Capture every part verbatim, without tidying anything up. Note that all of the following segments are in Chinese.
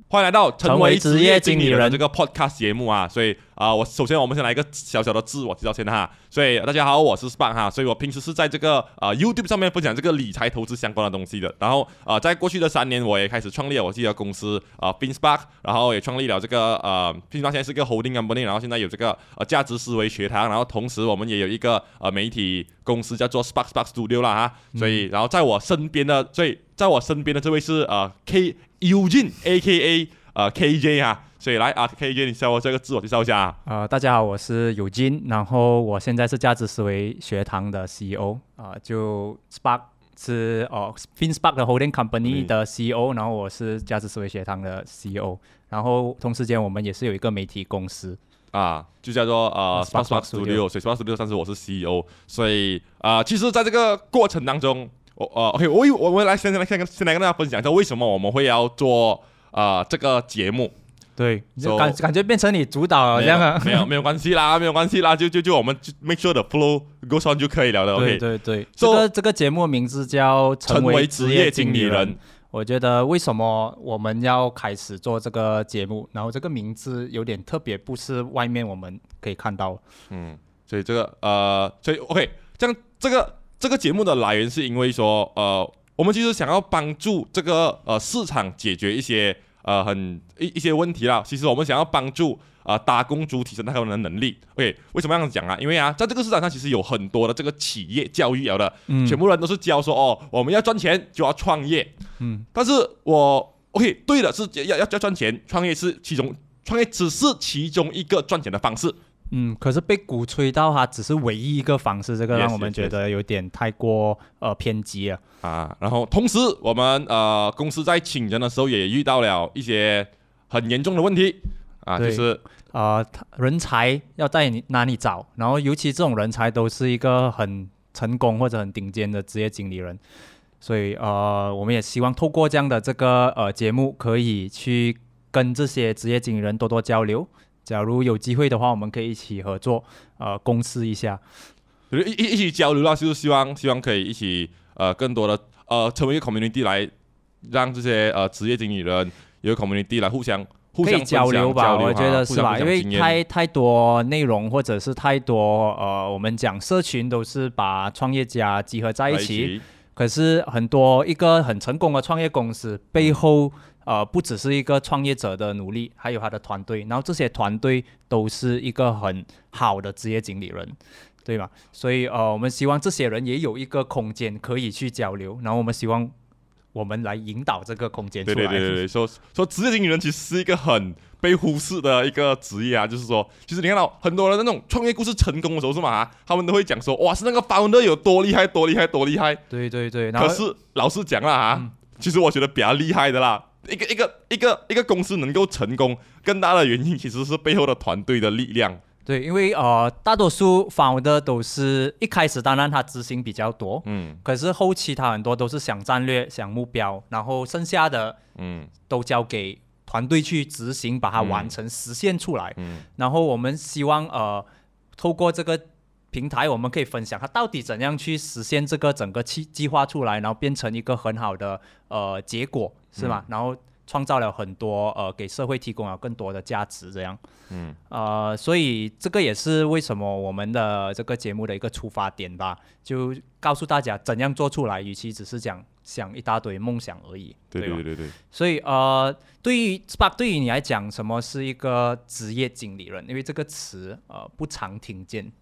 欢迎来到成为职业经理人人这个 podcast 节目啊，所以啊、呃，我首先我们先来一个小小的自我介绍先哈，所以大家好，我是 Spark 哈，所以我平时是在这个呃 YouTube 上面分享这个理财投资相关的东西的，然后呃，在过去的三年我也开始创立了我自己的公司啊 FinSpark， 然后也创立了这个呃 FinSpark 现在是个 holding company， 然后现在有这个呃价值思维学堂，然后同时我们也有一个呃媒体公司叫做 Spark Spark Studio 啦哈，所以然后在我身边的，所以在我身边的这位是呃 K Eugene A K A 呃 K J 啊，所以来啊 K J 你向我这个自我介绍一下啊。 呃，大家好，我是有金，然后我现在是价值思维学堂的 C E O， 啊、呃，就 Spark 是哦 FinSpark 的 Holding Company 的 C E O，、嗯、然后我是价值思维学堂的 C E O， 然后同时间我们也是有一个媒体公司啊，就叫做呃 Spark Spark Studio， 所以 Spark Studio 上次我是 C E O， 所以啊、呃，其实在这个过程当中，我呃 OK， 我我我来先来先先来跟大家分享一下为什么我们会要做呃这个节目。 对， So, 感感觉变成你主导了这样啊？ 没有没有关系啦，没有关系啦，就就就我们 make sure the flow goes on 就可以了的。 对 OK， 对对， So, 这个这个节目名字叫成为职业经理人。 我觉得为什么我们要开始做这个节目，然后这个名字有点特别，不是外面我们可以看到。 嗯，所以这个呃，所以 OK， 这样这个这个节目的来源是因为说呃，我们其实想要帮助这个呃市场解决一些。呃，很一一些问题啦。其实我们想要帮助啊、呃、打工族提升他们的能力。OK， 为什么这样讲啊？因为啊，在这个市场上其实有很多的这个企业教育有的，嗯、全部人都是教说哦，我们要赚钱就要创业。嗯，但是我 OK， 对的是要要要赚钱，创业是其中，创业只是其中一个赚钱的方式。 嗯，可是被鼓吹到它只是唯一一个方式，这个让我们觉得有点太过 yes, yes, yes. 呃偏激了啊。然后同时我们呃公司在请人的时候也遇到了一些很严重的问题啊，就是呃人才要在哪里找，然后尤其这种人才都是一个很成功或者很顶尖的职业经理人，所以呃我们也希望透过这样的这个呃节目，可以去跟这些职业经理人多多交流。假如有机会的话，我们可以一起合作，呃，公司一下， 一一一起交流啦，就是希望希望可以一起呃更多的呃成为一个 community 来让这些呃职业经理人有一个 community 来互相互相可以交流吧， 流我觉得是吧？因为太太多内容或者是太多呃，我们讲社群都是把创业家集合在一起， 一起可是很多一个很成功的创业公司背后。呃，不只是一个创业者的努力，还有他的团队，然后这些团队都是一个很好的职业经理人，对吧？所以呃，我们希望这些人也有一个空间可以去交流，然后我们希望我们来引导这个空间出来。 对对对对对，说说职业经理人其实是一个很被忽视的一个职业啊，就是说，其实你看到很多人那种创业故事成功的时候是嘛，他们都会讲说，哇，是那个 founder 有多厉害，多厉害，多厉害。 对对对，然后可是老实讲啦啊、嗯，其实我觉得比较厉害的啦。一个一个一个一个公司能够成功，更大的原因其实是背后的团队的力量。 对，因为呃，大多数 founder 都是一开始，当然他执行比较多，嗯，可是后期他很多都是想战略、想目标，然后剩下的，嗯，都交给团队去执行，把它完成、嗯、实现出来。嗯，然后我们希望呃，透过这个平台，我们可以分享它到底怎样去实现这个整个计计划出来，然后变成一个很好的呃结果，是吗？嗯、然后创造了很多呃给社会提供了更多的价值，这样。嗯。呃，所以这个也是为什么我们的这个节目的一个出发点吧，就告诉大家怎样做出来，与其只是讲想一大堆梦想而已。 对对对对。 所以呃，对于 Spark 对于你来讲，什么是一个职业经理人？因为这个词呃不常听见。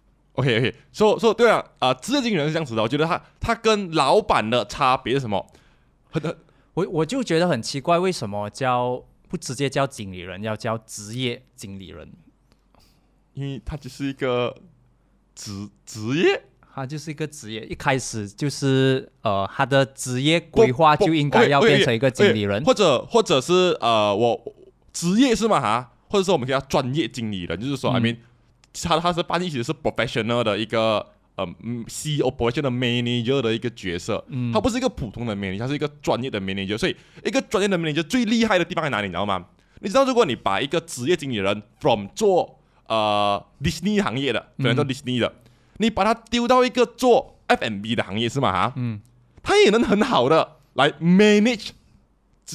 OK OK， 说、so, 说、so, 对啊，啊、呃，职业经理人是这样子的，我觉得他他跟老板的差别是什么？很很， 我我就觉得很奇怪，为什么叫不直接叫经理人，要叫职业经理人？ 因为他就是一个职职业， 他就是一个职业，一开始就是呃，他的职业规划就应该要变成一个经理人， 或者或者是呃，我职业是吗？哈，或者说我们叫专业经理人，就是说、嗯、I mean。他他是扮演其实是 professional 的一个呃 C E O、professional manager 的一个角色，嗯，他不是一个普通的 manager， 他是一个专业的 manager。所以一个专业的 manager 最厉害的地方在哪里，你知道吗？你知道如果你把一个职业经理人 from 做呃 Disney 行业的，可能做 Disney 的，嗯、你把他丢到一个做 F and B 的行业是吗？哈，嗯，他也能很好的来 manage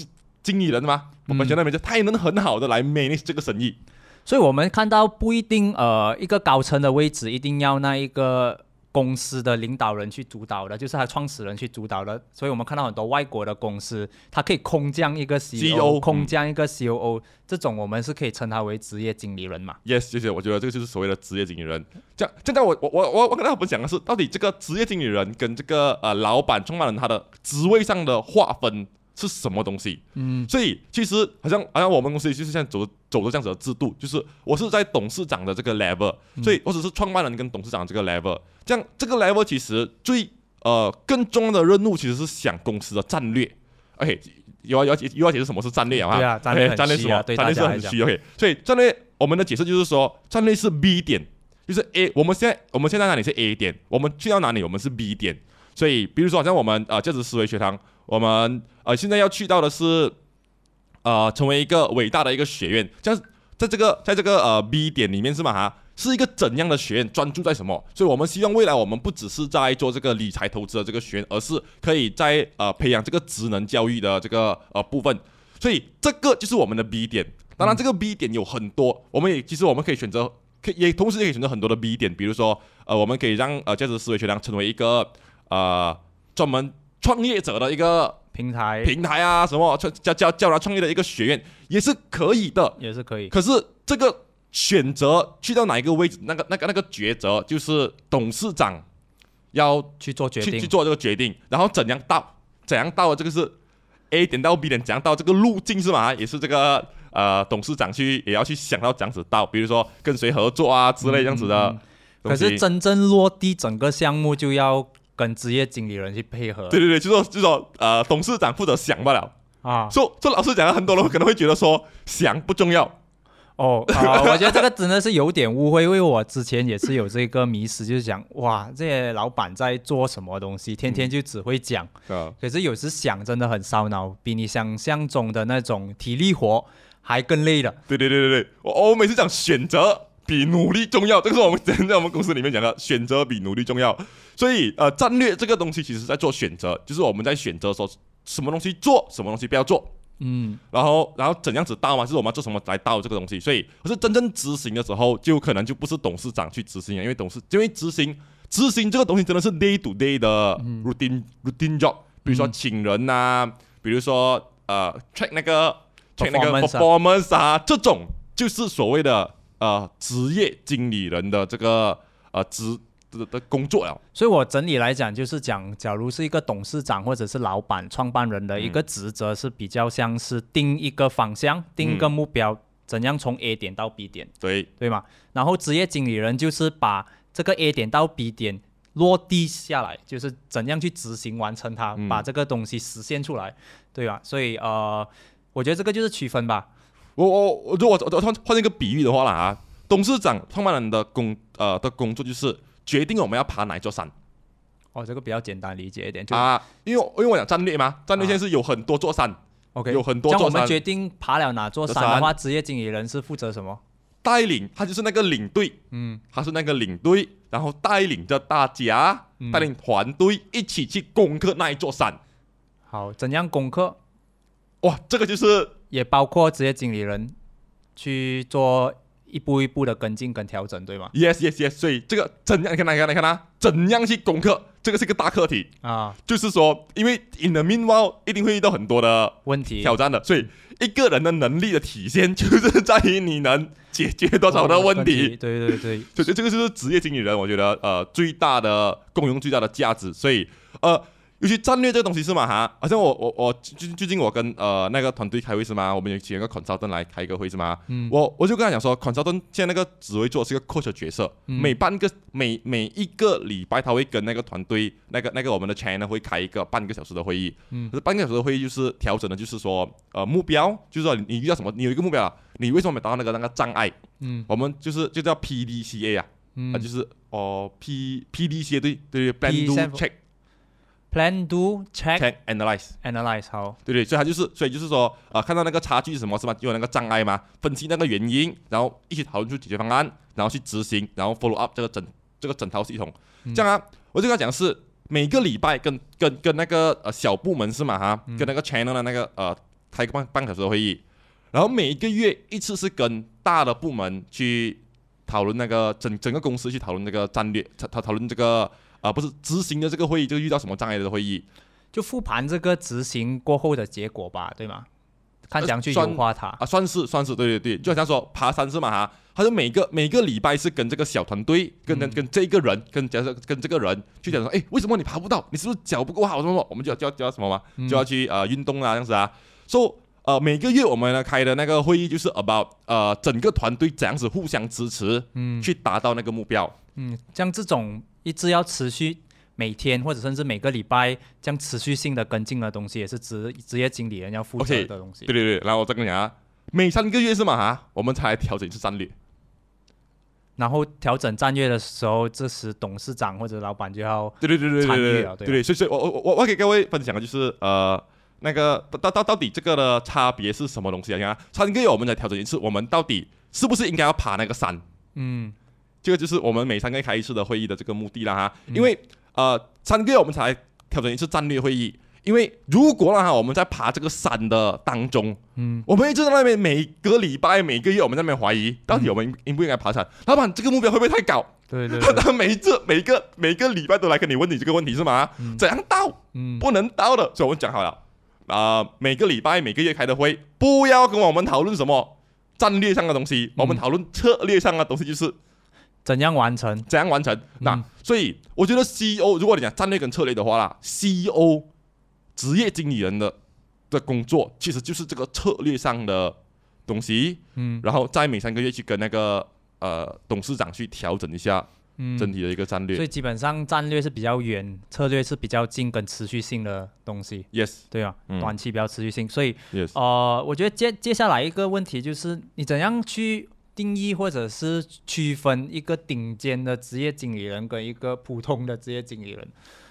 经理人嘛，我们 general manager 他也能很好的来 manage 这个生意。 所以我们看到不一定呃一个高层的位置一定要那一个公司的领导人去主导的，就是他创始人去主导的。所以我们看到很多外国的公司，它可以空降一个 C E O， 空降一个 C O O，、嗯、这种我们是可以称他为职业经理人嘛 ？Yes， 谢谢。我觉得这个就是所谓的职业经理人。这样，现在我我我我我跟大家分享的是，到底这个职业经理人跟这个呃老板、创办人他的职位上的划分是什么东西？嗯，所以其实好像好像我们公司就是像走走的这样子的制度，就是我是在董事长的这个 level，、嗯、所以我只是创办人跟董事长这个 level， 这样这个 level 其实最呃更重要的任务其实是想公司的战略。OK， 又要又要解释什么是战略啊？ 对啊，战略很虚啊， 战略是什么？ 对战略是很虚。OK， 所以战略我们的解释就是说，战略是 B 点，就是 A， 我们现在我们现在哪里是 A 点，我们去到哪里我们是 B 点。所以比如说好像我们呃价值思维学堂。我们呃现在要去到的是，呃，成为一个伟大的一个学院，这样在这个在这个呃 B 点里面是嘛哈，是一个怎样的学院？专注在什么？所以我们希望未来我们不只是在做这个理财投资的这个学院，而是可以在呃培养这个职能教育的这个呃部分。所以这个就是我们的 B 点。当然，这个 B 点有很多，我们也其实我们可以选择，可以也同时也可以选择很多的 B 点，比如说呃，我们可以让呃价值思维学堂成为一个呃专门创业者的一个平台平台啊，什么教教教他创业的一个学院也是可以的， 也是可以。 可是这个选择去到哪一个位置，那个那个那个抉择就是董事长要去做决定， 去去做这个决定，然后怎样到怎样到这个是 A 点到 B 点，怎样到这个路径是吗？也是这个呃董事长去也要去想到怎样子到，比如说跟谁合作啊之类这样子的、嗯嗯。 可是真正落地整个项目就要跟职业经理人去配合。 对对对，就说就说呃，董事长负责想罢了啊。说说老实讲，很多人可能会觉得说想不重要。 哦、呃，我觉得这个真的是有点误会，因为我之前也是有这个迷思，就是讲哇，这些老板在做什么东西，天天就只会讲、嗯，可是有时想真的很烧脑，比你想象中的那种体力活还更累的。 对对对对对，我我每次讲选择比努力重要，这个是我们在我们公司里面讲的，选择比努力重要。所以呃，战略这个东西其实是在做选择，就是我们在选择说什么东西做，什么东西不要做。嗯，然后然后怎样子到嘛，就是我们要做什么来到这个东西。所以可是真正执行的时候，就可能就不是董事长去执行了，因为董事因为执行执行这个东西真的是 day to day 的 routine、嗯、routine job， 比如说请人啊，嗯、比如说呃 check 那个 check 那个 performance 啊，这种就是所谓的呃职业经理人的这个呃职。的工作了， 所以我整体来讲就是讲，假如是一个董事长或者是老板、创办人的一个职责是比较像是定一个方向、定一个目标，嗯、怎样从 A 点到 B 点， 对对吗？然后职业经理人就是把这个 A 点到 B 点落地下来，就是怎样去执行完成它，嗯、把这个东西实现出来，对吧？所以呃，我觉得这个就是区分吧。 我我我如果我换换一个比喻的话啦啊，董事长、创办人的工呃的工作就是决定我们要爬哪一座山。 哦，这个比较简单理解一点就啊，因为因为我讲战略嘛，战略现在是有很多座山。 OK， 有很多座山。 这样我们决定爬了哪座山的话，职业经理人是负责什么？ 带领，他就是那个领队，嗯，他是那个领队，然后带领着大家，嗯、带领团队一起去攻克那一座山。 好，怎样攻克？ 哇，这个就是也包括职业经理人去做一步一步的跟进跟调整，对吗 ？Yes, yes, yes。所以这个怎样？你看，你看，你看啊，怎样去攻克？这个是一个大课题啊。就是说，因为 in the meanwhile 一定会遇到很多的问题挑战的，所以一个人的能力的体现就是在于你能解决多少的问题。 哦、对对对， 所以这个就是职业经理人，我觉得呃最大的功用、最大的价值。所以呃。尤其战略这个东西是嘛哈，好像我我我最最近我跟呃那个团队开会是吗？我们有请一个 consultant 来开一个会是吗？嗯、我我就跟他讲说 ，consultant 现在那个职位做的是一个 coach 的角色，嗯、每半个每每一个礼拜他会跟那个团队那个那个我们的 channel 会开一个半个小时的会议，嗯、可是半个小时的会议就是调整的，就是说呃目标，就是说你遇到什么，你有一个目标啊，你为什么没达到那个那个障碍？嗯，我们就是就叫 P D C A 啊，嗯、啊就是哦 P P D C A 对对 Plan Do Check。Plan, do, check, check, analyze, analyze 好， 对对，所以他就是，所以就是说，呃，看到那个差距是什么，是吧？有那个障碍嘛，分析那个原因，然后一起讨论出解决方案，然后去执行，然后 follow up 这个整这个整套系统。嗯、这样啊，我就跟他讲是每个礼拜跟跟跟那个呃小部门是嘛哈，嗯、跟那个 channel 的那个呃开个半半小时的会议，然后每一个月一次是跟大的部门去讨论那个整整个公司去讨论那个战略，讨讨论这个啊、呃、不是执行的这个会议，就遇到什么障碍的会议， 就复盘这个执行过后的结果吧，对吗？看怎样去优化它啊，算是算是对对对，就好像说爬山是嘛哈，他就每个每个礼拜是跟这个小团队，跟跟、嗯、跟这个人，跟假设跟这个人去讲说，哎，为什么你爬不到？你是不是脚不够好？什么什么？我们就要就要就要什么嘛，嗯、就要去呃运动啊这样子啊。所以呃每个月我们呢开的那个会议就是 about 呃整个团队怎样子互相支持，嗯，去达到那个目标。 嗯，像这种一直要持续。每天或者甚至每个礼拜这样持续性的跟进的东西，也是职职业经理人要负责的东西。 Okay, 对对对，然后我再跟你讲啊，每三个月是嘛哈，我们才调整一次战略。 然后调整战略的时候，这时董事长或者老板就要对对对对参与了，对对对，所以所以我我我我给各位分享的就是呃那个到到到底这个的差别是什么东西啊？你看三个月我们才调整一次，我们到底是不是应该要爬那个山？嗯，这个就是我们每三个月开一次的会议的这个目的啦哈，因为。呃，三个月我们才调整一次战略会议，因为如果呢哈，我们在爬这个山的当中，嗯，我们一直在那边每个礼拜、每个月我们在那边怀疑，到底我们应不应该爬山？嗯、老板，这个目标会不会太高？ 对对对， 他每一次、每个、每个礼拜都来跟你问你这个问题是吗？嗯、怎样到？嗯，不能到的，所以我们讲好了，啊、呃，每个礼拜、每个月开的会，不要跟我们讨论什么战略上的东西，嗯、我们讨论策略上的东西，就是。 怎样完成？ 怎样完成？嗯、那所以我觉得 C E O 如果你讲战略跟策略的话啦 ，C E O 职业经理人的的工作其实就是这个策略上的东西，嗯，然后在每三个月去跟那个呃董事长去调整一下整体的一个战略。 嗯、所以基本上战略是比较远，策略是比较近跟持续性的东西。 Yes， 对啊，嗯、短期比较持续性。所以 Yes. 呃，我觉得接接下来一个问题就是你怎样去。定义或者是区分一个顶尖的职业经理人跟一个普通的职业经理人。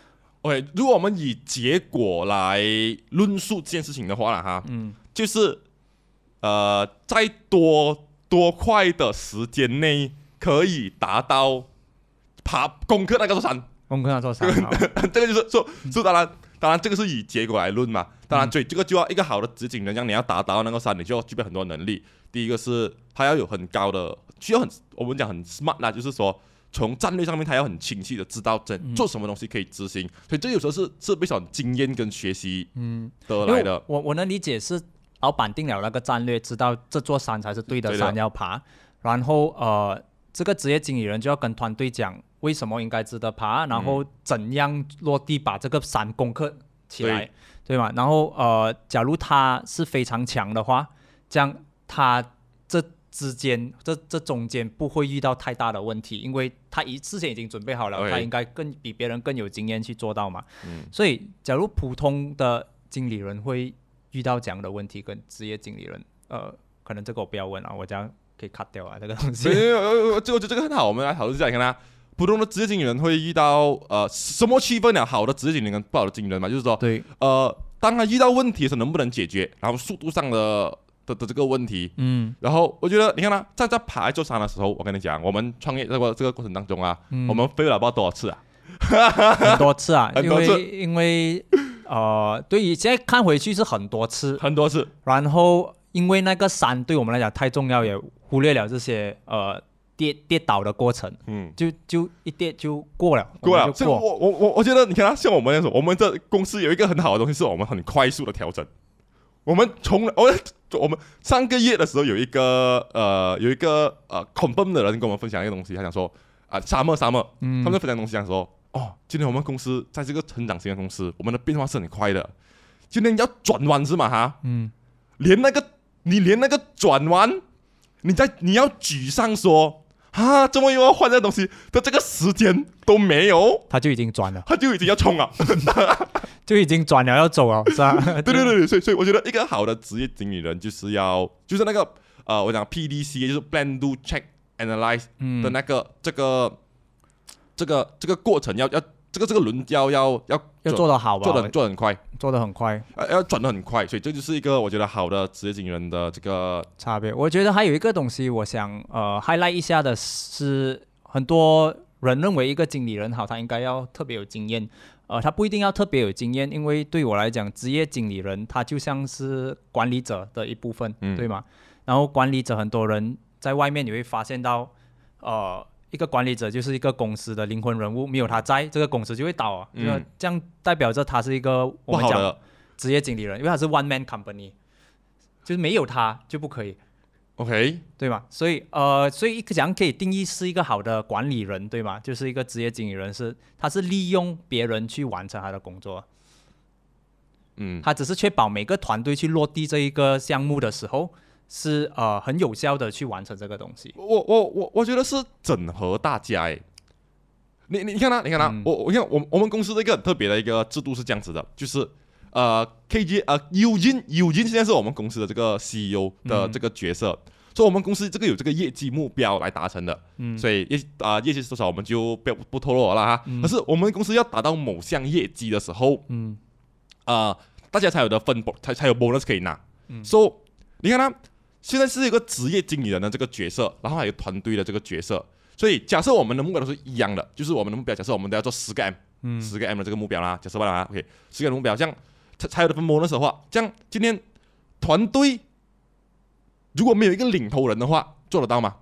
OK， 如果我们以结果来论述这件事情的话啦哈，嗯，就是呃，在多多快的时间内可以达到爬攻克那个座山， 攻克那座山， 这个就是说，说当然，当然这个是以结果来论嘛。当然，所以这个就要一个好的职业经理人，让你要达到那个山，你就要具备很多能力。第一个是他要有很高的，需要很我们讲很 smart 啦，就是说从战略上面他要很清晰的知道怎做什么东西可以执行，嗯、所以这有时候是是非常经验跟学习得来的。 嗯、我我能理解是老板定了那个战略，知道这座山才是对的山要爬，然后呃这个职业经理人就要跟团队讲为什么应该值得爬，然后怎样落地把这个山攻克起来，对, 对吗？然后呃假如他是非常强的话，这样。他这之间，这这中间不会遇到太大的问题，因为他一事先已经准备好了， okay. 他应该更比别人更有经验去做到嘛。嗯、所以，假如普通的经理人会遇到这样的问题，跟职业经理人，呃，可能这个我不要问啊，我这样可以 cut 掉啊，这个东西。 我觉得这个很好，我们来讨论一下，你看啊，普通的职业经理人会遇到呃什么区分呢？好的职业经理人跟不好的经理人嘛，就是说， 对， 呃，当他遇到问题的时候能不能解决，然后速度上的。的, 的这个问题，嗯，然后我觉得你看啊，在在爬一座山的时候，我跟你讲，我们创业这个这个过程当中啊，嗯、我们飞了不知道多少次啊， 很多次啊， 很多次， 因为因为呃，对，现在看回去是很多次， 很多次， 然后因为那个山对我们来讲太重要，也忽略了这些呃跌跌倒的过程，嗯，就就一跌就过了， 过了，所以我我我我觉得你看啊，像我们那种，我们这公司有一个很好的东西，是我们很快速的调整。我们从我我们上个月的时候有一个呃有一个呃 confirm 的人跟我们分享一个东西，他讲说啊沙漠沙漠，嗯、他们分享东西讲说哦，今天我们公司在这个成长型的公司，我们的变化是很快的。今天要转弯是吗？哈，嗯，连那个你连那个转弯，你在你要举上说啊，怎么又要换这东西的这个时间都没有， 他就已经转了， 他就已经要冲了。 就已经转了要走了，是吧？ 对对对，所以所以我觉得一个好的职业经理人就是要就是那个呃，我讲 P D C 就是 Plan Do Check Analyze 的那个、嗯、这个这个这个过程要要这个这个轮要要要要做得好吧， 做得做得很快， 做得很快， 呃，要转得很快，所以这就是一个我觉得好的职业经理人的这个差别。我觉得还有一个东西，我想呃 highlight 一下的是，很多人认为一个经理人好，他应该要特别有经验。 呃，他不一定要特别有经验，因为对我来讲，职业经理人他就像是管理者的一部分，嗯、对吗？然后管理者很多人在外面你会发现到，呃，一个管理者就是一个公司的灵魂人物，没有他在，这个公司就会倒啊。嗯、这样代表着他是一个我们讲职业经理人，因为他是 one man company， 就是没有他就不可以。 OK， 对吗？所以呃，所以怎样可以定义是一个好的管理人，对吗？就是一个职业经理人是，他是利用别人去完成他的工作，嗯，他只是确保每个团队去落地这一个项目的时候，是呃很有效的去完成这个东西。 我我我我觉得是整合大家诶。你你你看啊，你看啊，嗯、我我看我我们公司的一个很特别的一个制度是这样子的，就是呃 K J 呃 Eugene Eugene 现在是我们公司的这个 C E O 的这个角色。嗯，所以我们公司这个有这个业绩目标来达成的，嗯，所以业啊、呃、业绩是多少我们就不不透露了啦哈。嗯、可是我们公司要达到某项业绩的时候，嗯，啊、呃、大家才有的分才才有 bonus 可以拿。嗯，所、so, 以你看他现在是一个职业经理人的这个角色，然后还有团队的这个角色。所以假设我们的目标都是一样的，就是我们的目标，假设我们都要做十个 M， 嗯，十个 M 的这个目标啦，假设吧啦 ，OK， 十个目标，这样才才有的分 bonus 的话，这样今天团队。如果没有一个领头人的话，做得到吗？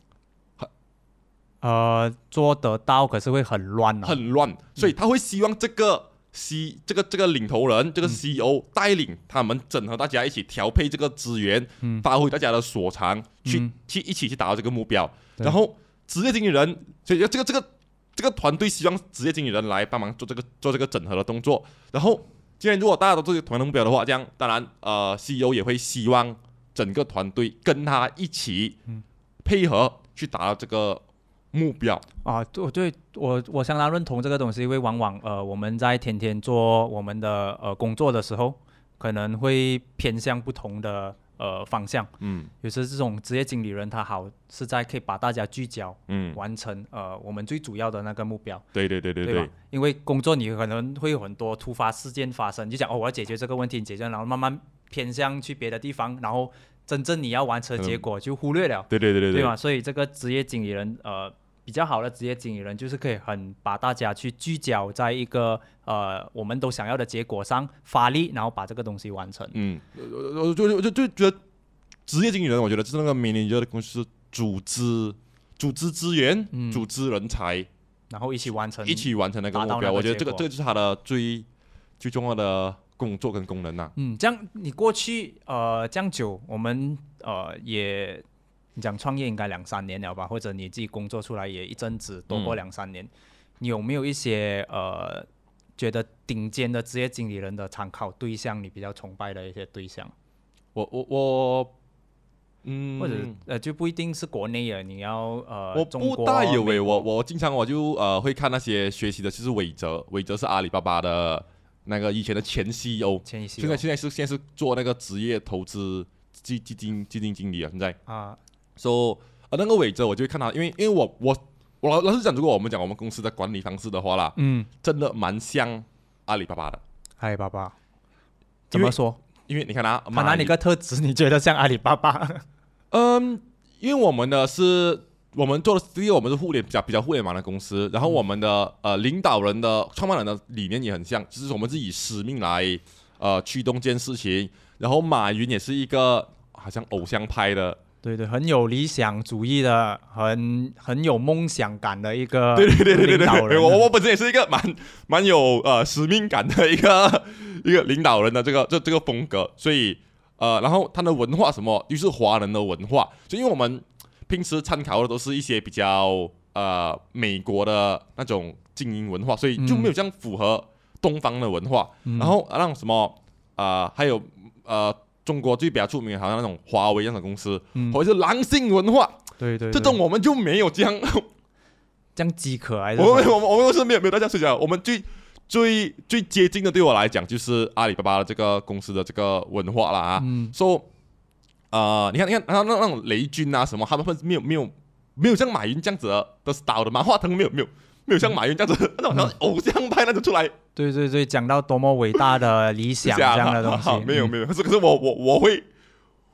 呃，做得到，可是会很乱、啊， 很乱。所以他会希望这个 C 这个这个领头人，这个 C E O、嗯、带领他们整合大家一起调配这个资源，嗯、发挥大家的所长，去、嗯、去一起去达到这个目标。然后职业经理人，所以这个这个这个团队希望职业经理人来帮忙做这个做这个整合的动作。然后，既然如果大家都做同样的目标的话，这样当然呃 C E O 也会希望。整个团队跟他一起配合去达到这个目标啊，对，对我我相当认同这个东西，因为往往呃我们在天天做我们的呃工作的时候，可能会偏向不同的呃方向，嗯，有时这种职业经理人他好是在可以把大家聚焦，嗯，完成呃我们最主要的那个目标， 对对对对 对, 对吧？因为工作你可能会有很多突发事件发生，就讲哦我要解决这个问题，解决，然后慢慢。偏向去别的地方，然后真正你要完成的结果就忽略了， 嗯、对对对对对吧？所以这个职业经理人，呃，比较好的职业经理人就是可以很把大家去聚焦在一个呃我们都想要的结果上发力，然后把这个东西完成。 嗯，我就我就就觉得职业经理人，我觉得是那个 manager 的公司组织组织资源、嗯、组织人才， 然后一起完成一起完成那个目标。我觉得这个这个就是他的最最重要的。工作跟功能呐、啊， 嗯，这样你过去呃这样久，我们呃也你讲创业应该两三年了吧，或者你自己工作出来也一阵子，多过两三年，嗯、你有没有一些呃觉得顶尖的职业经理人的参考对象，你比较崇拜的一些对象？ 我我我，嗯， 或者呃就不一定是国内的，你要呃我不大有诶，我我经常我就呃会看那些学习的，就是韦哲，韦哲是阿里巴巴的。那个以前的前 C E O， 前 C E O 现在现在是现在是做那个职业投资基基金基金经理啊，现在啊，所以呃那个韦哲我就会看他，因为因为我我我老老实讲，如果我们讲我们公司的管理方式的话啦，嗯，真的蛮像阿里巴巴的。 阿里巴巴怎么说？ 因为你看啊， 他哪里个特质你觉得像阿里巴巴？ 嗯，因为我们的是。我们做的第一个，我们是互联比较比较互联网的公司，然后我们的呃领导人的创办人的理念也很像，就是我们是以使命来呃驱动这件事情。然后马云也是一个好像偶像派的， 对对，很有理想主义的，很很有梦想感的一个对对对对对对，我我本身也是一个蛮蛮有呃使命感的一个一个领导人的这个这这个风格，所以呃然后他的文化什么，就是华人的文化，就因为我们。平时参考的都是一些比较呃美国的那种精英文化，所以就没有这样符合东方的文化。嗯、然后让什么啊、呃，还有呃中国最比较出名的，好像那种华为这样的公司，嗯、或者是狼性文化， 对 对, 对， 这种我们就没有这样这样饥渴还是我们我们我们是没有没有大家睡觉，我们最最最接近的对我来讲就是阿里巴巴的这个公司的这个文化啦啊，嗯，所以。呃，你看，你看，然后那那种雷军啊什么，他们会没有没有没有像马云这样子的 style 的，马化腾没有没有没有像马云这样子、嗯、那种偶像派那种出来。 对对对，讲到多么伟大的理想这样的东西， 没有没有，可是可是我我我会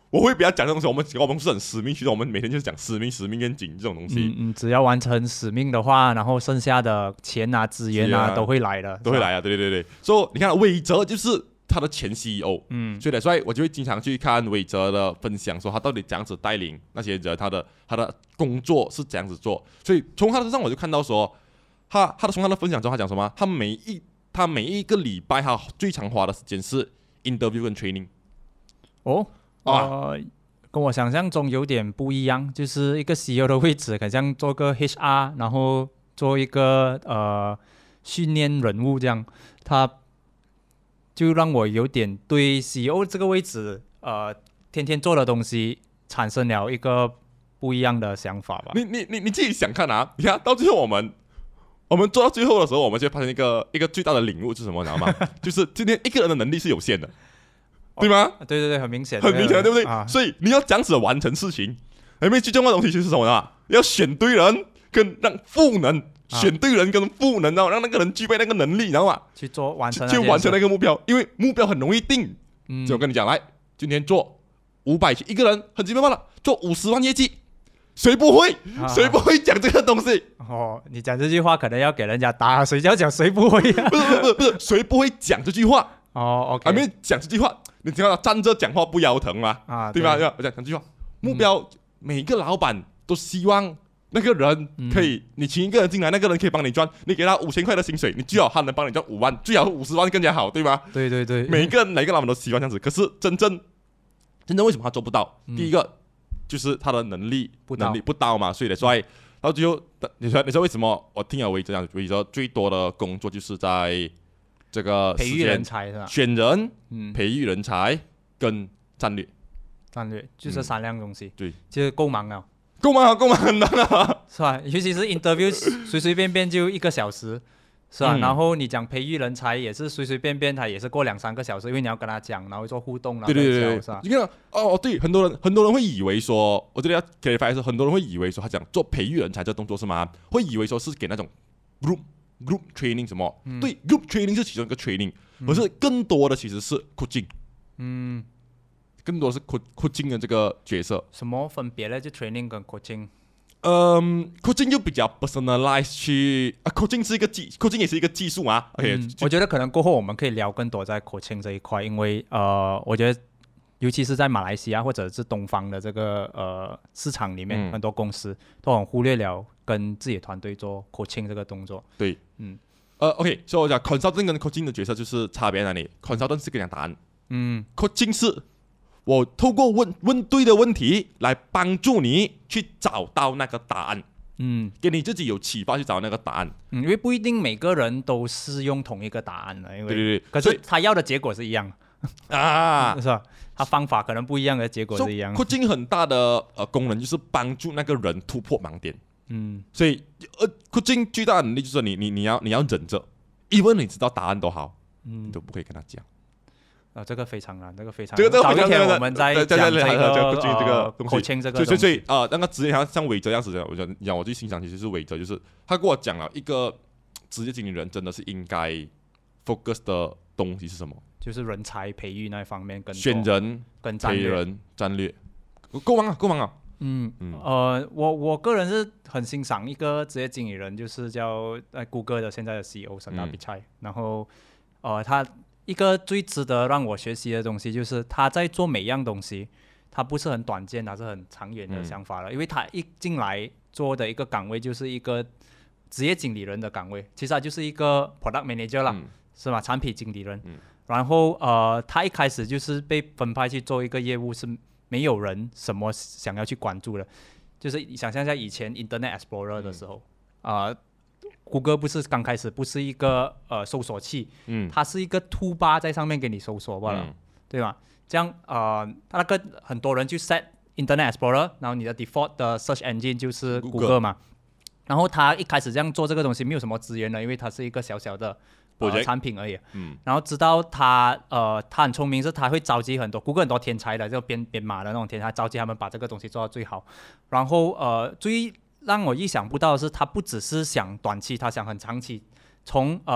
我会比较讲这东西，我们我们是很使命，其实我们每天就是讲使命、使命愿景这种东西。 嗯嗯，只要完成使命的话，然后剩下的钱啊、资源啊都会来的， 都会来啊，对对对对。所以你看，韦哲就是他的前 C E O， 嗯， 所以所以我就会经常去看韦哲的分享，说他到底怎样子带领那些人，他的他的工作是怎样子做。所以从他身上我就看到说，他他的从他的分享中，他讲什么？他每一他每一个礼拜他最常花的时间是 interview 跟 training。 哦。呃，跟我想象中有点不一样，就是一个 C E O 的位置，好像做个 H R， 然后做一个呃训练人物这样，他就让我有点对 C E O 这个位置呃天天做的东西产生了一个不一样的想法吧。 你你你你自己想看啊，你看到最后我们我们做到最后的时候，我们就发现一个一个最大的领悟是什么，你知道吗？就是今天一个人的能力是有限的。对吗？ 对对对，很明显， 很明显，对不对？ 啊、 所以你要这样子完成事情，因为最重要的东西就是什么呢？要选对人，跟让赋能，啊、选对人跟赋能，然后让那个人具备那个能力，你知道吗？ 去做完成， 去完成那个目标，因为目标很容易定。 嗯， 就我跟你讲，来，今天做五百一个人很基本罢了，做五十万业绩，谁不会？啊、谁不会讲这个东西？ 哦，你讲这句话可能要给人家打，谁叫讲谁不会、啊？ 不是不是不是，谁不会讲这句话？ 哦 ，OK， 还没讲这句话。你听到站着讲话不腰疼吗？啊，对吧？对吧？我讲讲这句话，目标、嗯、每个老板都希望那个人可以，嗯、你请一个人进来，那个人可以帮你赚，你给他五千块的薪水，你最好他能帮你赚五万，最好五十万更加好，对吗？ 对对对， 每一个每一个老板都希望这样子，可是真正真正为什么他做不到？嗯、第一个就是他的能力不能力不到嘛，所以所以到最后，你说你说为什么我听了韦哲讲，韦哲最多的工作就是在。这个培育人才是吧？ 选人、嗯、培育人才跟战略， 战略就这三样东西， 嗯、对， 就是够忙了， 够忙了，够忙很难了， 是吧？尤其是 interview 随随便便就一个小时，是吧？嗯、然后你讲培育人才也是随随便便，他也是过两三个小时，因为你要跟他讲，然后做互动，然后对对对对， 是吧？ 你看哦，对，很多人很多人会以为说，我这里要 clarify 是，很多人会以为说，他讲做培育人才这动作是吗？会以为说是给那种 group。group training 什么？嗯、对 ，group training 是其中一个 training，、嗯、可是更多的其实是 coaching， 嗯，更多是 coaching 的这个角色。 什么分别呢？就 training 跟 coaching？ 嗯 ，coaching 就比较 personalize 去啊 ，coaching 是一个技 ，coaching 也是一个技术啊。OK，、嗯、 我觉得可能过后我们可以聊更多在 coaching 这一块，因为呃，我觉得尤其是在马来西亚或者是东方的这个呃市场里面，嗯、很多公司都很忽略了跟自己的团队做 coaching 这个动作。 对，嗯，呃 ，OK， 所以我讲 consultant 跟 coaching 的角色就是差别在哪里 ？consultant 是给你讲答案，嗯 ，coaching 是我透过问问对的问题来帮助你去找到那个答案，嗯，给你自己有启发去找那个答案。 嗯，因为不一定每个人都是用同一个答案的，因为对对对， 可是他要的结果是一样啊，是吧？他方法可能不一样的结果是一样。 coaching 很大的呃功能就是帮助那个人突破盲点。嗯，所以呃，coaching 最大的能力就是你你你要你要忍着，因为你知道答案都好，嗯，你都不可以跟他讲。 啊，这个非常难，这个非常难。这个早一天我们再讲这个这个 coaching这个。 所以所以啊，那个职业像像韦哲这样子的，我讲讲我最欣赏其实是韦哲，就是他跟我讲了一个职业经理人真的是应该 focus 的东西是什么？ 就是人才培育那一方面跟选人、 跟战略、 培人、战略，够忙啊，够忙啊。 嗯嗯呃，我我个人是很欣赏一个职业经理人，就是叫在谷歌的现在的 C E O 沈大比蔡，然后呃，他一个最值得让我学习的东西就是他在做每样东西，他不是很短见，他是很长远的想法了，嗯、因为他一进来做的一个岗位就是一个职业经理人的岗位，其实他就是一个 product manager 啦，嗯、是吧？产品经理人。嗯、然后呃，他一开始就是被分派去做一个业务是。没有人什么想要去关注的，就是想象一下以前 Internet Explorer 的时候，啊、嗯呃，谷歌不是刚开始不是一个呃搜索器，嗯，它是一个 toolbar 在上面给你搜索罢了，嗯、对吧？这样呃，那个很多人去 set Internet Explorer， 然后你的 default 的 search engine 就是谷歌嘛，然后他一开始这样做这个东西没有什么资源的，因为它是一个小小的。呃、产品而已，嗯，然后知道他呃，他很聪明，是他会召集很多谷歌很多天才的，就编编码的那种天才，召集他们把这个东西做到最好。然后呃，最让我意想不到的是，他不只是想短期，他想很长期，从呃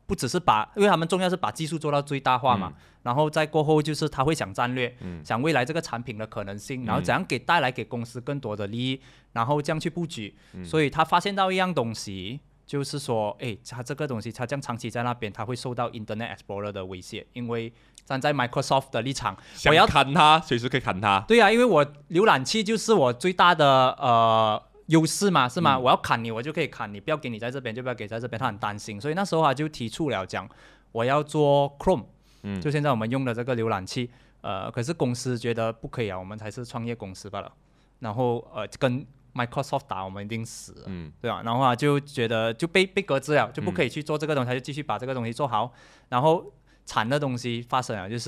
不只是把，因为他们重要是把技术做到最大化嘛，嗯、然后再过后就是他会想战略，嗯、想未来这个产品的可能性，然后怎样给带来给公司更多的利益，然后这样去布局。嗯、所以他发现到一样东西，就是说，哎，他这个东西他这样长期在那边，他会受到 Internet Explorer 的威胁，因为站在 Microsoft 的立场， 我要砍他，随时可以砍他。 对啊，因为我浏览器就是我最大的呃。优势嘛，是吗？嗯、我要砍你，我就可以砍你，不要给你在这边，就不要给在这边。他很担心，所以那时候他就提出了讲，我要做 Chrome，、嗯、就现在我们用的这个浏览器。呃，可是公司觉得不可以啊，我们才是创业公司罢了。然后呃，跟 Microsoft 打，我们一定死了，嗯、对吧？然后他就觉得就被被搁置了，就不可以去做这个东西，他就继续把这个东西做好。然后惨的东西发生了，就是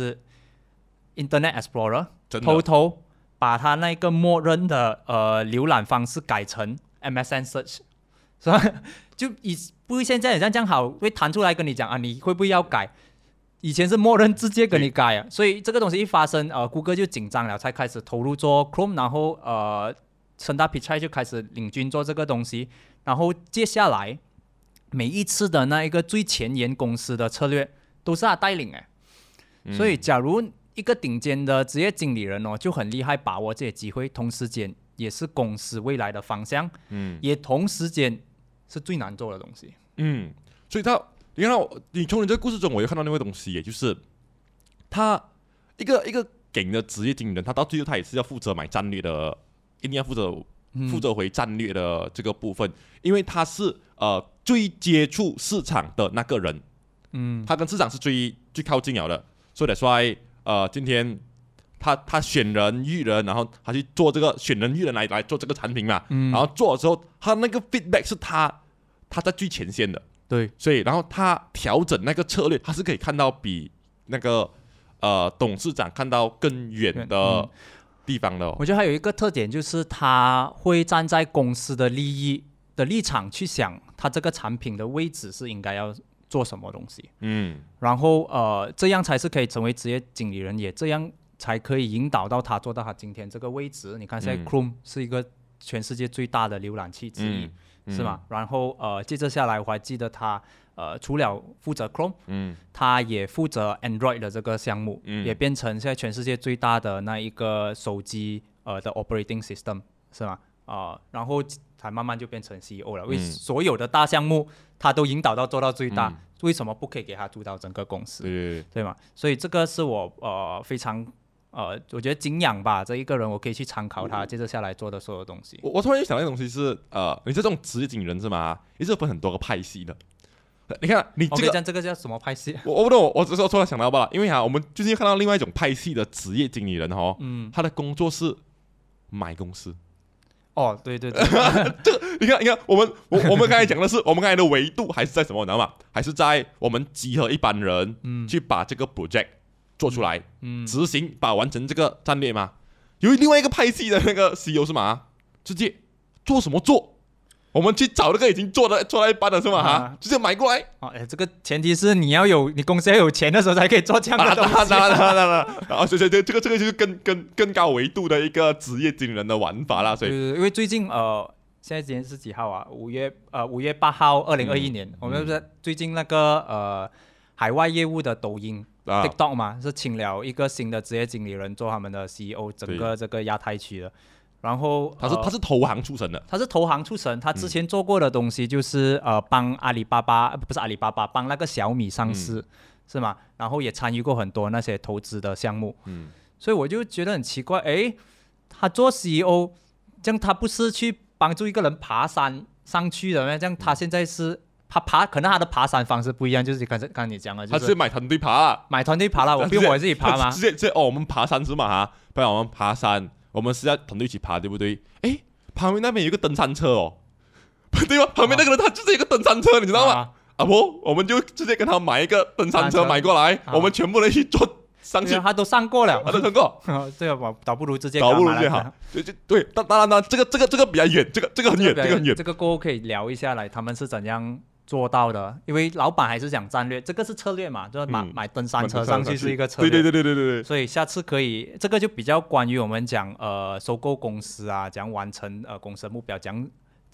Internet Explorer 偷偷。把它那个默认的呃浏览方式改成 M S N Search， 是吧？就以不会现在很像这样好，会弹出来跟你讲啊，你会不会要改？以前是默认直接跟你改啊，所以这个东西一发生，呃，谷歌就紧张了，才开始投入做 Chrome， 然后呃，Sundar Pichai 就开始领军做这个东西，然后接下来每一次的那一个最前沿公司的策略都是他带领哎，嗯、所以假如一个顶尖的职业经理人哦，就很厉害，把握这些机会，同时间也是公司未来的方向，嗯，也同时间是最难做的东西， 嗯，所以他，你看到你从你这个故事中，我又看到那个东西，也就是他一个一个顶的职业经理人，他到最后他也是要负责买战略的，一定要负责负责回战略的这个部分，因为他是呃最接触市场的那个人，嗯，他跟市场是最最靠近了的，所以that's why。呃，今天他他选人育人，然后他去做这个选人育人来来做这个产品嘛，嗯、然后做的时候，他那个 feedback 是他他在最前线的， 对， 所以然后他调整那个策略，他是可以看到比那个呃董事长看到更远的地方的、哦嗯。 我觉得还有一个特点就是他会站在公司的利益的立场去想，他这个产品的位置是应该要做什么东西，嗯，然后呃，这样才是可以成为职业经理人，也这样才可以引导到他做到他今天这个位置。你看现在 Chrome 是一个全世界最大的浏览器之一，嗯、是吗？嗯、然后呃，接着下来我还记得他呃，除了负责 Chrome，嗯，他也负责 Android 的这个项目，嗯、也变成现在全世界最大的那一个手机呃的 operating system， 是吗？啊、呃，然后才慢慢就变成 C E O 了，因为所有的大项目他都引导到做到最大，嗯、为什么不可以给他主导整个公司？ 对对对， 对吗？所以这个是我呃非常呃，我觉得敬仰吧，这一个人我可以去参考他接着下来做的所有东西。 我我突然想到一个东西是呃，你这种职业经理人是吗？也是分很多个派系的。你看你这个， okay, 这个叫什么派系？ 我我不懂，我我只是突然想到罢了，因为啊，我们最近看到另外一种派系的职业经理人哦，嗯，他的工作是买公司。 哦，对对对， 这个你看，你看，我们我我们刚才讲的是，我们刚才的维度还是在什么，你知道吗？还是在我们集合一般人，嗯，去把这个 project 做出来，嗯，执行，把完成这个战略嘛。有另外一个派系的那个 C E O 是嘛？直接做什么做？我们去找那个已经做的做到一半的是吗？哈、啊，直接买过来。 哦，哎，这个前提是你要有，你公司要有钱的时候才可以做这样的东西。 当然当然当然。然后，所以这这个这个就是更更更高维度的一个职业经理人的玩法啦。所以， 因为最近呃，现在今天是几号啊？五月呃五月八号，二零二一年，嗯、我们不是最近那个呃海外业务的抖音、啊、TikTok 嘛，是请了一个新的职业经理人做他们的 C E O， 整个这个亚太区的。然后他是、呃、他是投行出身的， 他是投行出身，他之前做过的东西就是、嗯、呃帮阿里巴巴不是阿里巴巴帮那个小米上市、嗯、是吗？然后也参与过很多那些投资的项目，嗯，所以我就觉得很奇怪，诶，他做 C E O， 这样他不是去帮助一个人爬山上去的吗？这样他现在是他爬，可能他的爬山方式不一样，就是刚才刚才你讲的、就是， 他是买团队爬， 买团队爬了，我不用我自己爬吗？ 直接直接哦，我们爬山是嘛哈，不然我们爬山。我们是要团队一起爬，对不对？哎，旁边那边有一个登山车哦，对吧？旁边那个人他就是一个登山车，你知道吗？啊，啊不，我们就直接跟他买一个登山车买过来，啊、我们全部人一起坐上去。 他都上过了， 他都上过。 这个倒不如直接倒不如直接好。对对对，当当然当然，这个这个这个比较远，这个这个很远，这个很远。 这个过后可以聊一下来，他们是怎样做到的？因为老板还是讲战略，这个是策略嘛，就是买、嗯、买登山车上去是一个策略。 对对对对对对。 所以下次可以，这个就比较关于我们讲呃收购公司啊，怎样完成呃公司的目标，怎样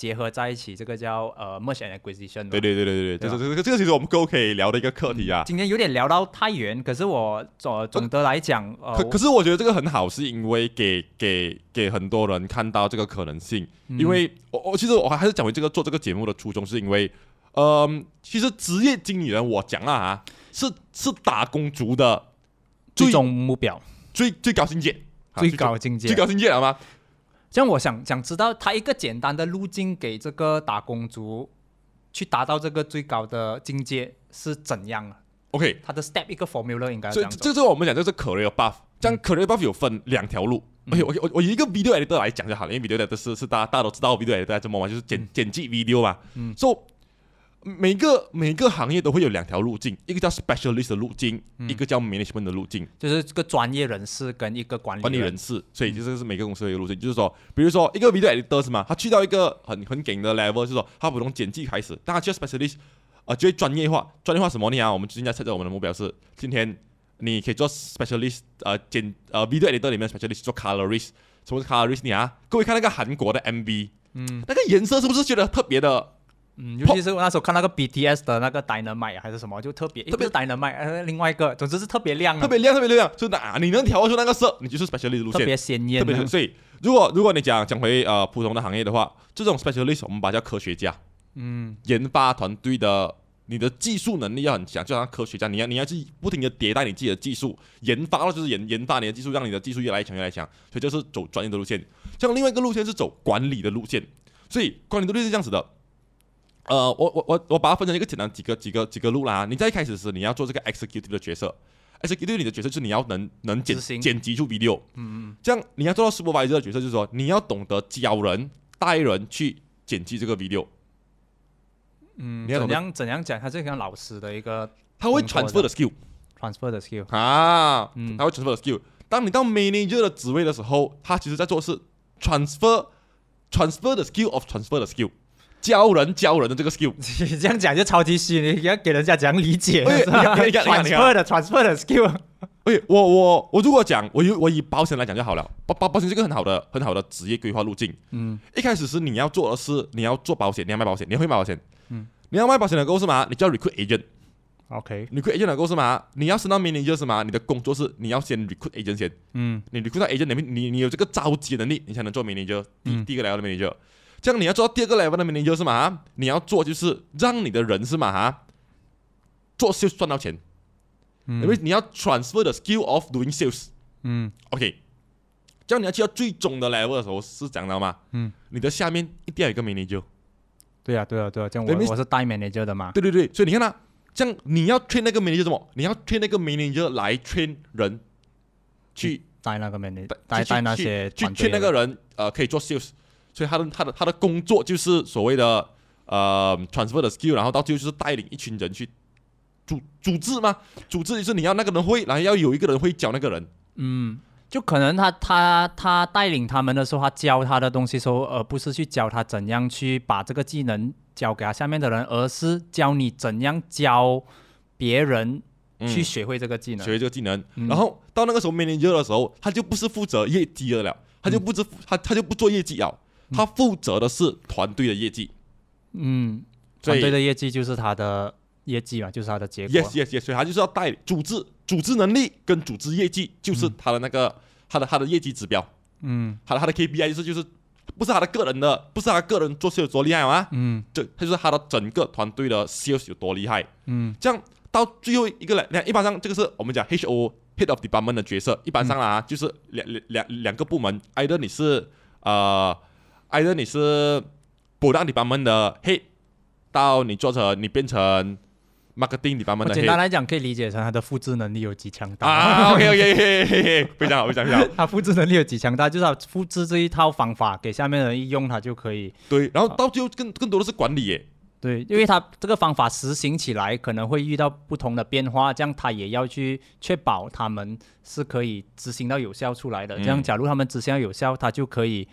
结合在一起，这个叫呃 merge and acquisition。 对对对对对，这这个这个其实我们都可以聊的一个课题啊。 今天有点聊到太远，可是我总总的来讲，呃， 可可是我觉得这个很好，是因为给给给很多人看到这个可能性。嗯、因为我我其实我还是讲回这个做这个节目的初衷，是因为，呃，其实职业经理人我讲了啊，是是打工族的最终目标， 最最高境界， 最高境界， 最高境界了吗？ 这样我想想知道，他一个简单的路径给这个打工族去达到这个最高的境界是怎样啊 ？OK， 他的 step 一个 formula 应该这样走。 这这个我们讲这是 career buff， 这样 career buff 有分两条路。 嗯、 OK， 我我以一个 video editor 来讲就好了，因为 video editor 是是大家大家都知道 video editor 在做什么嘛，就是剪、嗯、剪辑 video 嘛。嗯。So 每个每个行业都会有两条路径，一个叫 specialist 的路径，嗯、一个叫 management 的路径， 就是这个专业人士跟一个管理管理人士，所以这是每个公司的一个路径。就是说，比如说一个 video editor 是嘛，他去到一个很很顶的 level， 就是说他不从剪辑开始，但他去 specialist， 呃，就会专业化。专业化什么呢？我们现在设置我们的目标是，今天你可以做 specialist， 呃，剪呃 video editor 里面 specialist 做 colorist， 什么是 colorist 呢？啊，各位看那个韩国的 M V， 嗯，那个颜色是不是觉得特别的？ 嗯，尤其是我那时候看那个 B T S 的那个 Dynamite 还是什么，就特别特别 Dynamite， 呃，另外一个，总之是特别亮、啊， 特别亮，特别亮。就那你能调出那个色，你就是 specialist 路线， 特别鲜艳、啊。 特别所以，如果如果你讲讲回呃普通的行业的话，这种 specialist 我们把它叫科学家。嗯，研发团队的你的技术能力要很强，就像科学家，你要你要去不停的迭代你自己的技术，研发了就是研研发你的技术，让你的技术越来越强越来越强。所以这是走专业的路线。像另外一个路线是走管理的路线，所以管理的路线是这样子的。呃，我我我我把它分成一个简单几个几个几个路啦。你在一开始时你要做这个 executive 的角色 ，executive 你的角色就是你要能能剪剪辑出 video， 嗯嗯，这样你要做到 supervisor 的角色，就是说你要懂得教人带人去剪辑这个 video。 嗯，怎样怎样讲？他就像老师的一个， 他会 transfer 的 skill，transfer 的 skill 啊，嗯，他会 transfer 的 skill。当你到 manager 的职位的时候，他其实在做的是 transfer transfer 的 skill of transfer 的 skill。教人教人的这个 skill， 你这样讲就超级虚，你要给人家讲理解。 对，你看，你看 ，transfer 的 transfer 的 skill。 对，我我我如果讲，我以我以保险来讲就好了。保保保险是个很好的很好的职业规划路径。嗯，一开始是你要做的是你要做保险，你要卖保险，你要会卖保险。嗯，你要卖保险的够是吗？你叫 recruit agent。OK。recruit agent 的够是吗？你要升到 manager 是吗？你的工作是你要先 recruit agent 先。嗯，你 recruit 到 agent 里面，你你有这个召集能力，你才能做 manager。第第一个 level 的 manager。这样你要做到第二个 level 的 manager 是嘛？你要做就是让你的人是嘛哈，做 sales 赚到钱，嗯、因为你要 transfer the skill of doing sales。嗯 ，OK， 这样你要去到最终的 level 的时候是讲到吗？嗯，你的下面一定要有一个 manager。 对啊，对啊，对啊，这样我我是带 manager 的嘛。 对对对，所以你看啊，这样你要 train 那个 manager 什么？你要 train 那个 manager 来 train 人去带那个 manager， 带带那些去 train 那个人呃可以做 sales。所以他的他的他的工作就是所谓的呃 transfer 的 skill， 然后到最后就是带领一群人去组组织嘛，组织就是你要那个人会，然后要有一个人会教那个人。 嗯，就可能他他他带领他们的时候，他教他的东西的时候，而不是去教他怎样去把这个技能教给他下面的人，而是教你怎样教别人去学会这个技能， 嗯、学会这个技能。嗯、然后到那个时候 manager 的时候，他就不是负责业绩的了，他就不是、嗯、他他就不做业绩了。他负责的是团队的业绩， 嗯，团队的业绩就是他的业绩嘛，就是他的结果。 Yes, yes, yes， 所以他就是要带组织、组织能力跟组织业绩，就是他的那个、嗯、他的他的业绩指标。嗯，他的他的 K P I 就是就是不是他的个人的，不是他个人做事有多厉害啊，嗯，这他就是他的整个团队的 sales 有多厉害。嗯，这样到最后一个来，一般上这个是我们讲 H O Head of Department 的角色，一般上啊、嗯、就是两两两两个部门 ，either 你是呃。either 你是 product department 的 head， 到你做成你变成 marketing department 的 head。 简单来讲，可以理解成他的复制能力有几强大。 啊 ，OK OK OK， 非常好，非常好。 他复制能力有几强大，就是他复制这一套方法给下面的人一用，他就可以。 对，然后到最后更更多的是管理耶。 对，因为他这个方法实行起来可能会遇到不同的变化，这样他也要去确保他们是可以执行到有效出来的。嗯、这样，假如他们执行到有效，他就可以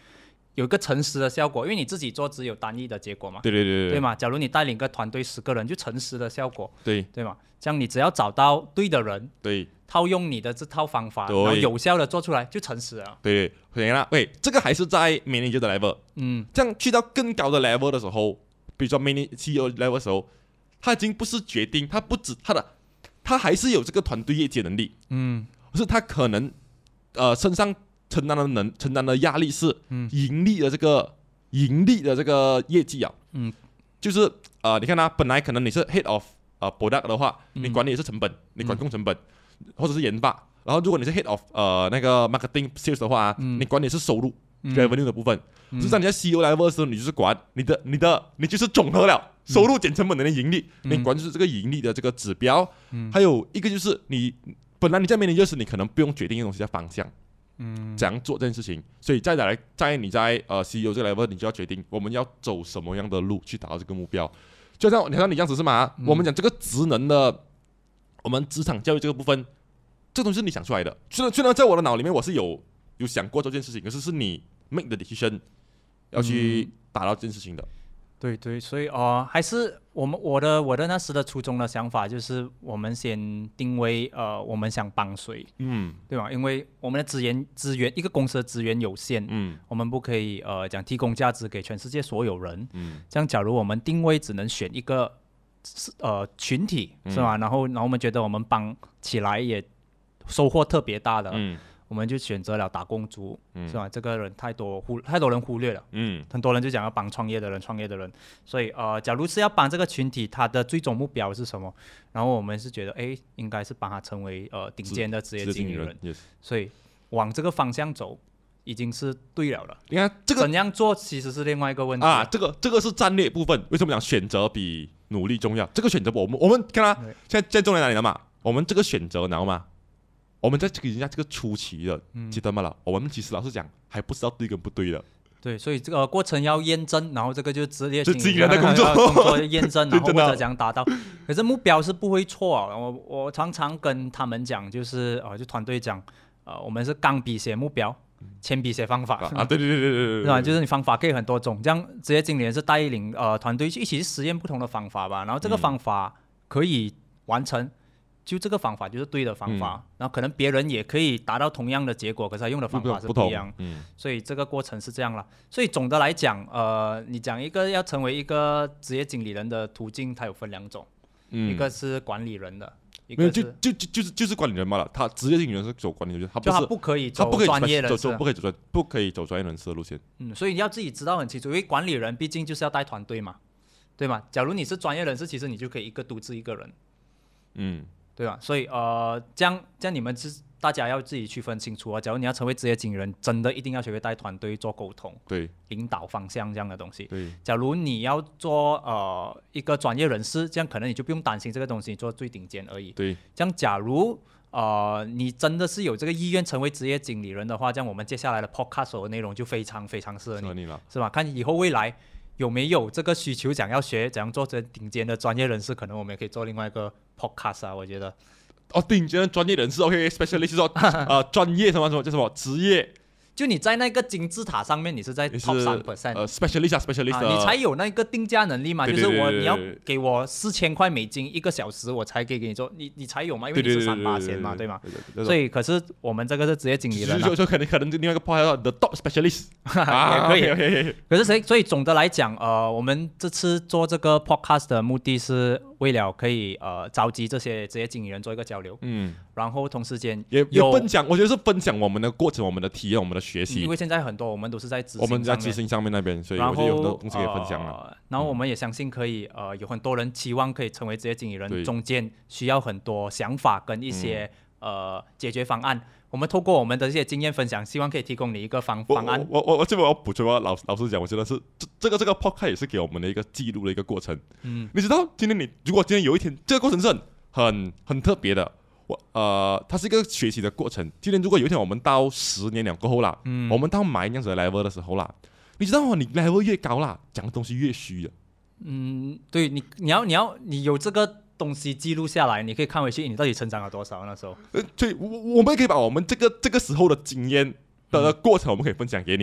有一个诚实的效果，因为你自己做只有单一的结果嘛。 对对对对， 对嘛？假如你带领一个团队十个人，就诚实的效果， 对对嘛？这样你只要找到对的人， 对， 套用你的这套方法， 对然后有效的做出来，就诚实了。 对对啦，喂，这个还是在 manager 的 level， 嗯， 这样去到更高的 level 的时候，比如说 manager C E O level 的时候，他已经不是决定，他不止他的，他还是有这个团队业绩能力， 嗯， 可是他可能呃身上承担的能承担的压力是盈利的这个。盈利的这个业绩啊， 嗯， 就是呃，你看啊，本来可能你是 head of 呃 product 的话， 嗯、 你管理的是成本，你管控成本、嗯、或者是研发，然后如果你是 head of 呃那个 marketing sales 的话、啊嗯，你管理的是收入、嗯、revenue 的部分。嗯、就在你在 C E O level 的时候，你就是管你的你的你就是总和了收入减成本的盈利，嗯、你管就是这个盈利的这个指标。嗯、还有一个就是你本来你在 manager 时，你可能不用决定一个东西的方向。嗯，怎样做这件事情？所以再来，在你在呃 C E O 这个 level， 你就要决定我们要走什么样的路去达到这个目标。就像你看你这样子是吗？嗯、我们讲这个职能的，我们职场教育这个部分，这个东西是你想出来的。虽然虽然在我的脑里面我是有有想过这件事情，可是是你 make the decision 要去达到这件事情的。嗯对对，所以呃，还是我们我的我的那时的初衷的想法就是，我们先定位呃，我们想帮谁，嗯，对吧？因为我们的资源资源一个公司的资源有限，嗯，我们不可以呃讲提供价值给全世界所有人，嗯，这样假如我们定位只能选一个呃群体，是吧？嗯、然后然后我们觉得我们帮起来也收获特别大的，嗯。我们就选择了打工族，嗯、是吧？这个人太多忽太多人忽略了，嗯，很多人就讲要帮创业的人，创业的人，所以呃，假如是要帮这个群体，他的最终目标是什么？然后我们是觉得，哎，应该是帮他成为呃顶尖的职业经理人， 人 yes. 所以往这个方向走，已经是对了了。 你看这个怎样做其实是另外一个问题啊，这个这个是战略部分。为什么讲选择比努力重要？这个选择我们我们看啊，现在现在重点哪里了嘛？我们这个选择，然后嘛。我们在这个人家这个初期的阶段嘛了，我们其实老实讲还不知道对跟不对的。 对，所以这个过程要验证，然后这个就是职业经理人的工作， 工作验证，然后或者怎样达到。可是目标是不会错啊。我我常常跟他们讲，就是呃，就团队讲，呃，我们是钢笔写目标，铅笔写方法啊。对对对对对对， 是吧？就是你方法可以很多种，这样职业经理人是带领呃团队去一起实验不同的方法吧，然后这个方法可以完成。就这个方法就是对的方法，嗯、然后可能别人也可以达到同样的结果，可是他用的方法是不一样，嗯、所以这个过程是这样了。所以总的来讲，呃，你讲一个要成为一个职业经理人的途径，它有分两种，嗯、一个是管理人的，一个是就就就就是就是管理人嘛了。他职业经理人是走管理人，他不是就他不可以走专业人士， 不可以走专不可以走专业人士的路线。 嗯，所以你要自己知道很清楚，因为管理人毕竟就是要带团队嘛，对吗？假如你是专业人士，其实你就可以一个独自一个人，嗯。对吧？所以呃，这样这样你们是大家要自己区分清楚啊。假如你要成为职业经理人，真的一定要学会带团队做沟通， 对， 领导方向这样的东西。 对， 假如你要做呃一个专业人士，这样可能你就不用担心这个东西，做最顶尖而已。 对， 这样假如呃你真的是有这个意愿成为职业经理人的话，这样我们接下来的 podcast 的内容就非常非常适合你， 适合你了， 是吧？看以后未来。有没有这个需求，想要学怎样做这顶尖的专业人士，可能我们也可以做另外一个 podcast 啊，我觉得。 哦，顶尖的专业人士 ，OK，specialist 说呃专业什么什么叫什么职业。 就你在那个金字塔上面，你是在 top 三 percent， 呃 specialist 啊 specialist，、啊、 你才有那个定价能力嘛。 对对对对对对，就是我你要给我四千块美金一个小时，我才可以给你做，你你才有嘛，因为你是三八线嘛，对吗？所以可是我们这个是职业经理人、啊， 就就可能可能另外一个 point 叫 the top specialist， 也可以。 啊、okay, okay. 可是谁？所以总的来讲，呃，我们这次做这个 podcast 的目的是为了可以呃召集这些职业经理人做一个交流，嗯，然后同时间也也分享，我觉得是分享我们的过程、我们的体验、我们的学习， 因为现在很多我们都是在执行， 我们在执行上面那边，所以我觉得有很多东西可以分享了、 呃。然后我们也相信可以，呃，有很多人期望可以成为职业经理人，中间需要很多想法跟一些、嗯、呃解决方案。我们透过我们的这些经验分享，希望可以提供你一个方方案。 我我我这边我要补充啊，老老实讲，我觉得是这这个这个 podcast 也是给我们的一个记录的一个过程。嗯，你知道今天你如果今天有一天这个过程是很很很特别的。我呃，它是一个学习的过程。今天如果有一天我们到十年了过后啦，嗯、我们到买那样子的 level 的时候啦，你知道吗？你 level 越高啦，讲的东西越虚的。 嗯，对你，你要你要你有这个东西记录下来，你可以看回去，你到底成长了多少那时候。 呃，所以我我们可以把我们这个这个时候的经验的过程，我们可以分享给你。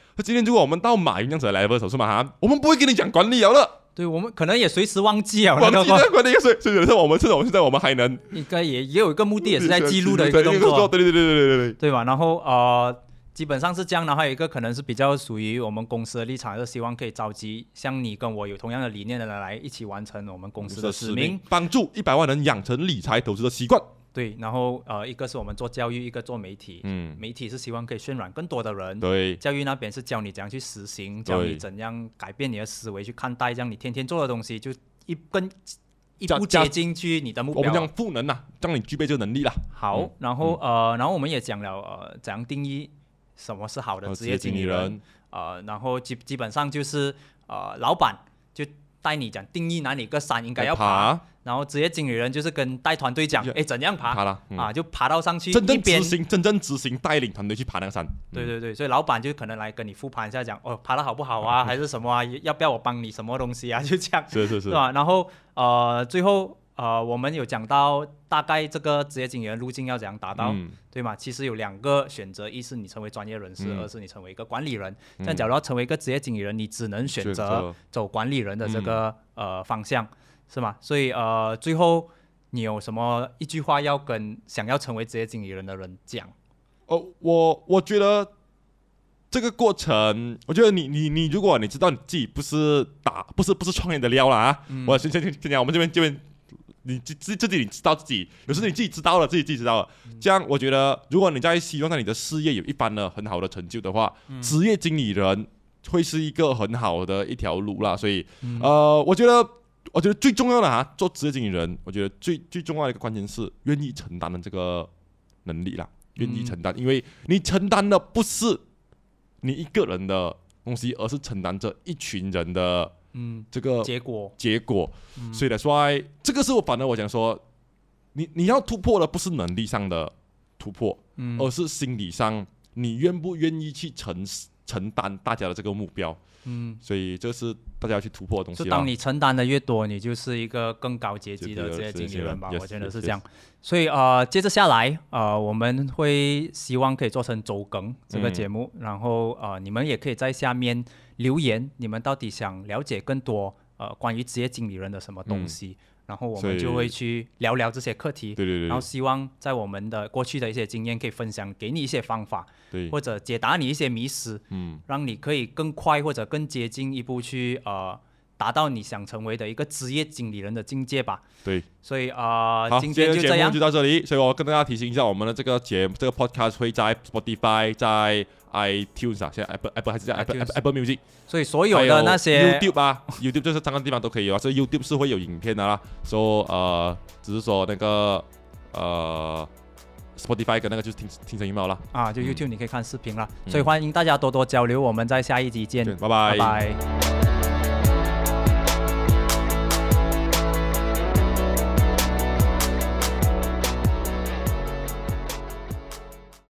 那今天如果我们到马云这样子的 level 手术嘛哈，我们不会跟你讲管理了了。 对，我们可能也随时忘记了， 忘记了管理，所以所以我们这种现在我们还能应该也也有一个目的，也是在记录的一个动作， 对对对对对对对， 对吧？然后呃。基本上是这样的，还有一个可能是比较属于我们公司的立场，是希望可以召集像你跟我有同样的理念的人来一起完成我们公司的使命， 帮助一百万人养成理财投资的习惯。 对，然后呃，一个是我们做教育，一个做媒体。嗯，媒体是希望可以渲染更多的人， 对， 教育那边是教你怎样去实行，教你怎样改变你的思维去看待，这样你天天做的东西就一更一步接近去你的目标。 我们讲赋能啊，让你具备这个能力啦。 好，嗯、然后、嗯、呃，然后我们也讲了呃，怎样定义什么是好的职业经理人，呃，然后基基本上就是呃，老板就带你讲定义哪里个山应该要爬，爬然后职业经理人就是跟带团队讲，哎，怎样爬， 爬了、嗯、 啊，就爬到上去， 真正执行，真正执行带领团队去爬那个山。 对对对，所以老板就可能来跟你复盘一下，讲哦，爬得好不好啊，还是什么啊，要不要我帮你什么东西啊，就这样， 是是是， 是吧？然后呃，最后。呃，我们有讲到大概这个职业经理人路径要怎样达到，嗯、对吗？其实有两个选择，一是你成为专业人士，嗯、二是你成为一个管理人。嗯、但假如要成为一个职业经理人，你只能选择走管理人的这个、嗯、呃方向，是吗？所以呃，最后你有什么一句话要跟想要成为职业经理人的人讲？ 哦，我我觉得这个过程，我觉得你你你，如果你知道你自己不是打不是不是创业的料了啊，嗯、我先先先讲，我们这边这边。你自自自己你知道自己，有时候你自己知道了，自己自己知道了。嗯、这样，我觉得，如果你在希望在你的事业有一番的很好的成就的话，嗯、职业经理人会是一个很好的一条路啦。所以，嗯、呃，我觉得，我觉得最重要的啊，做职业经理人，我觉得最最重要的一个关键是愿意承担的这个能力啦，愿意承担，嗯、因为你承担的不是你一个人的东西，而是承担着一群人的。嗯，这个结果结果，嗯、所以来说，这个是我反而我讲说，你你要突破的不是能力上的突破，嗯、而是心理上，你愿不愿意去承承担大家的这个目标，嗯，所以这是大家要去突破的东西。 就当你承担的越多，你就是一个更高阶级的职业经理人吧，我觉得是这样。所以呃，接着下来呃，我们会希望可以做成周更这个节目，嗯、然后呃，你们也可以在下面留言，你们到底想了解更多呃关于职业经理人的什么东西，嗯、然后我们就会去聊聊这些课题， 对对对， 然后希望在我们的过去的一些经验可以分享给你一些方法， 对， 或者解答你一些迷思，嗯，让你可以更快或者更接近一步去呃。达到你想成为的一个职业经理人的境界吧。 对， 所以啊、呃， 好， 今天就这样， 就到这里。所以我跟大家提醒一下，我们的这个节这个 podcast 会在 Spotify、在 iTunes 啊，现在 Apple Apple 还是在 Apple Apple Music。 所以所有的那些 YouTube 啊 ，YouTube 这三个地方都可以有啊。所以 YouTube 是会有影片的啦。说、so, 呃，只是说那个呃。Spotify 跟那个就是听听声音嘛啦啊，就 YouTube 你可以看视频啦，嗯、所以欢迎大家多多交流，我们在下一集见， 拜拜。 拜拜。